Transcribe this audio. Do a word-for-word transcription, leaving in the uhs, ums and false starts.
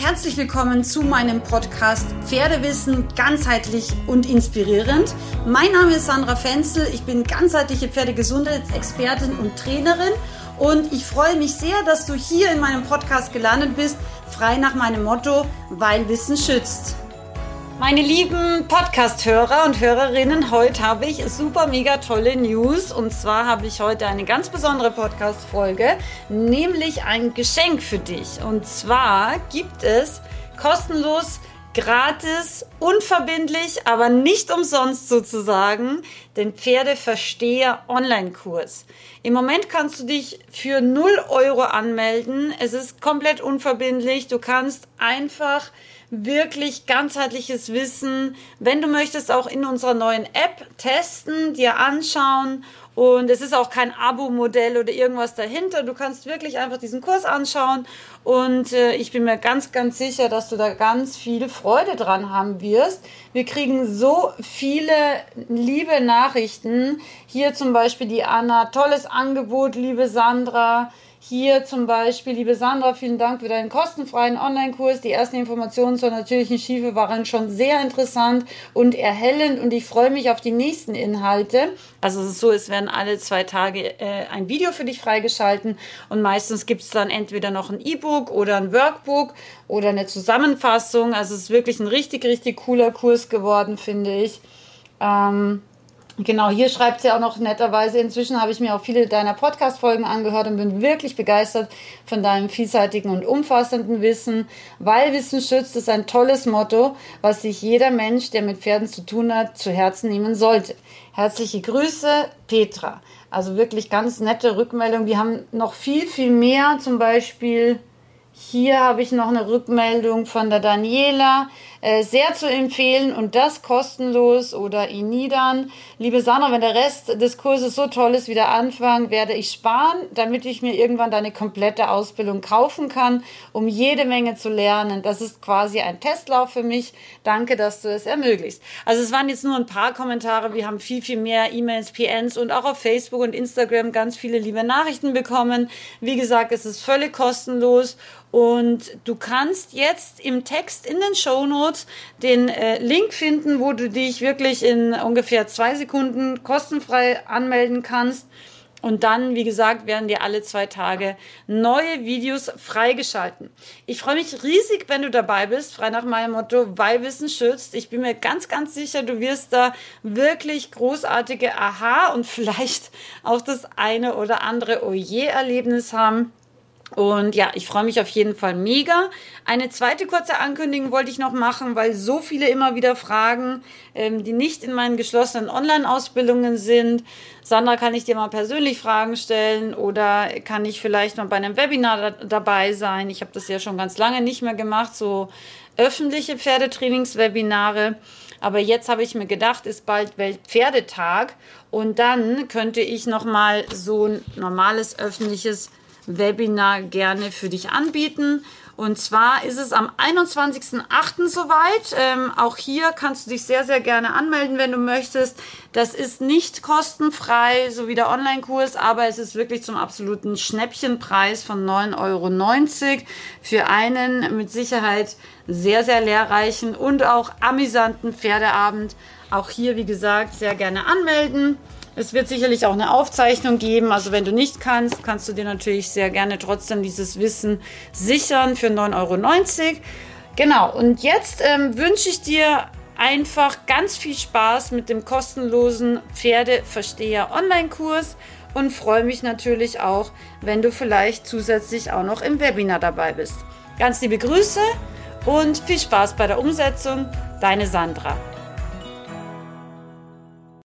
Herzlich willkommen zu meinem Podcast Pferdewissen ganzheitlich und inspirierend. Mein Name ist Sandra Fenzel, ich bin ganzheitliche Pferdegesundheitsexpertin und Trainerin und ich freue mich sehr, dass du hier in meinem Podcast gelandet bist, frei nach meinem Motto, weil Wissen schützt. Meine lieben Podcast-Hörer und Hörerinnen, heute habe ich super mega tolle News und zwar habe ich heute eine ganz besondere Podcast-Folge, nämlich ein Geschenk für dich. Und zwar gibt es kostenlos, gratis, unverbindlich, aber nicht umsonst sozusagen, den Pferdeversteher-Online-Kurs. Im Moment kannst du dich für null Euro anmelden. Es ist komplett unverbindlich. Du kannst einfach wirklich ganzheitliches Wissen, wenn du möchtest, auch in unserer neuen App testen, dir anschauen. Und es ist auch kein Abo-Modell oder irgendwas dahinter. Du kannst wirklich einfach diesen Kurs anschauen. Und äh, ich bin mir ganz, ganz sicher, dass du da ganz viel Freude dran haben wirst. Wir kriegen so viele liebe Nachrichten. Hier zum Beispiel die Anna. Tolles Angebot, liebe Sandra. Hier zum Beispiel, liebe Sandra, vielen Dank für deinen kostenfreien Online-Kurs. Die ersten Informationen zur natürlichen Schiefe waren schon sehr interessant und erhellend und ich freue mich auf die nächsten Inhalte. Also es ist so, es werden alle zwei Tage äh, ein Video für dich freigeschalten und meistens gibt es dann entweder noch ein E-Book oder ein Workbook oder eine Zusammenfassung. Also es ist wirklich ein richtig, richtig cooler Kurs geworden, finde ich. Ähm... Genau, hier schreibt sie auch noch netterweise, inzwischen habe ich mir auch viele deiner Podcast-Folgen angehört und bin wirklich begeistert von deinem vielseitigen und umfassenden Wissen. Weil Wissen schützt ist ein tolles Motto, was sich jeder Mensch, der mit Pferden zu tun hat, zu Herzen nehmen sollte. Herzliche Grüße, Petra. Also wirklich ganz nette Rückmeldung. Wir haben noch viel, viel mehr, zum Beispiel hier habe ich noch eine Rückmeldung von der Daniela, äh, sehr zu empfehlen und das kostenlos oder Inidan. Liebe Sandra, wenn der Rest des Kurses so toll ist wie der Anfang, werde ich sparen, damit ich mir irgendwann deine komplette Ausbildung kaufen kann, um jede Menge zu lernen. Das ist quasi ein Testlauf für mich. Danke, dass du es ermöglicht. Also es waren jetzt nur ein paar Kommentare. Wir haben viel, viel mehr E-Mails, P Ns und auch auf Facebook und Instagram ganz viele liebe Nachrichten bekommen. Wie gesagt, es ist völlig kostenlos. Und du kannst jetzt im Text in den Shownotes den äh, Link finden, wo du dich wirklich in ungefähr zwei Sekunden kostenfrei anmelden kannst. Und dann, wie gesagt, werden dir alle zwei Tage neue Videos freigeschalten. Ich freue mich riesig, wenn du dabei bist, frei nach meinem Motto, weil Wissen schützt. Ich bin mir ganz, ganz sicher, du wirst da wirklich großartige Aha- und vielleicht auch das eine oder andere Oje-Erlebnis haben. Und ja, ich freue mich auf jeden Fall mega. Eine zweite kurze Ankündigung wollte ich noch machen, weil so viele immer wieder fragen, ähm, die nicht in meinen geschlossenen Online-Ausbildungen sind. Sandra, kann ich dir mal persönlich Fragen stellen oder kann ich vielleicht mal bei einem Webinar da, dabei sein? Ich habe das ja schon ganz lange nicht mehr gemacht, so öffentliche Pferdetrainings-Webinare. Aber jetzt habe ich mir gedacht, ist bald Weltpferdetag und dann könnte ich nochmal so ein normales öffentliches Webinar gerne für dich anbieten. Und zwar ist es am einundzwanzigsten achten soweit. Ähm, auch hier kannst du dich sehr, sehr gerne anmelden, wenn du möchtest. Das ist nicht kostenfrei, so wie der Online-Kurs, aber es ist wirklich zum absoluten Schnäppchenpreis von neun Euro neunzig für einen mit Sicherheit sehr, sehr lehrreichen und auch amüsanten Pferdeabend. Auch hier, wie gesagt, sehr gerne anmelden. Es wird sicherlich auch eine Aufzeichnung geben, also wenn du nicht kannst, kannst du dir natürlich sehr gerne trotzdem dieses Wissen sichern für neun Euro neunzig. Genau, und jetzt ähm, wünsche ich dir einfach ganz viel Spaß mit dem kostenlosen Pferdeversteher Online-Kurs und freue mich natürlich auch, wenn du vielleicht zusätzlich auch noch im Webinar dabei bist. Ganz liebe Grüße und viel Spaß bei der Umsetzung, deine Sandra.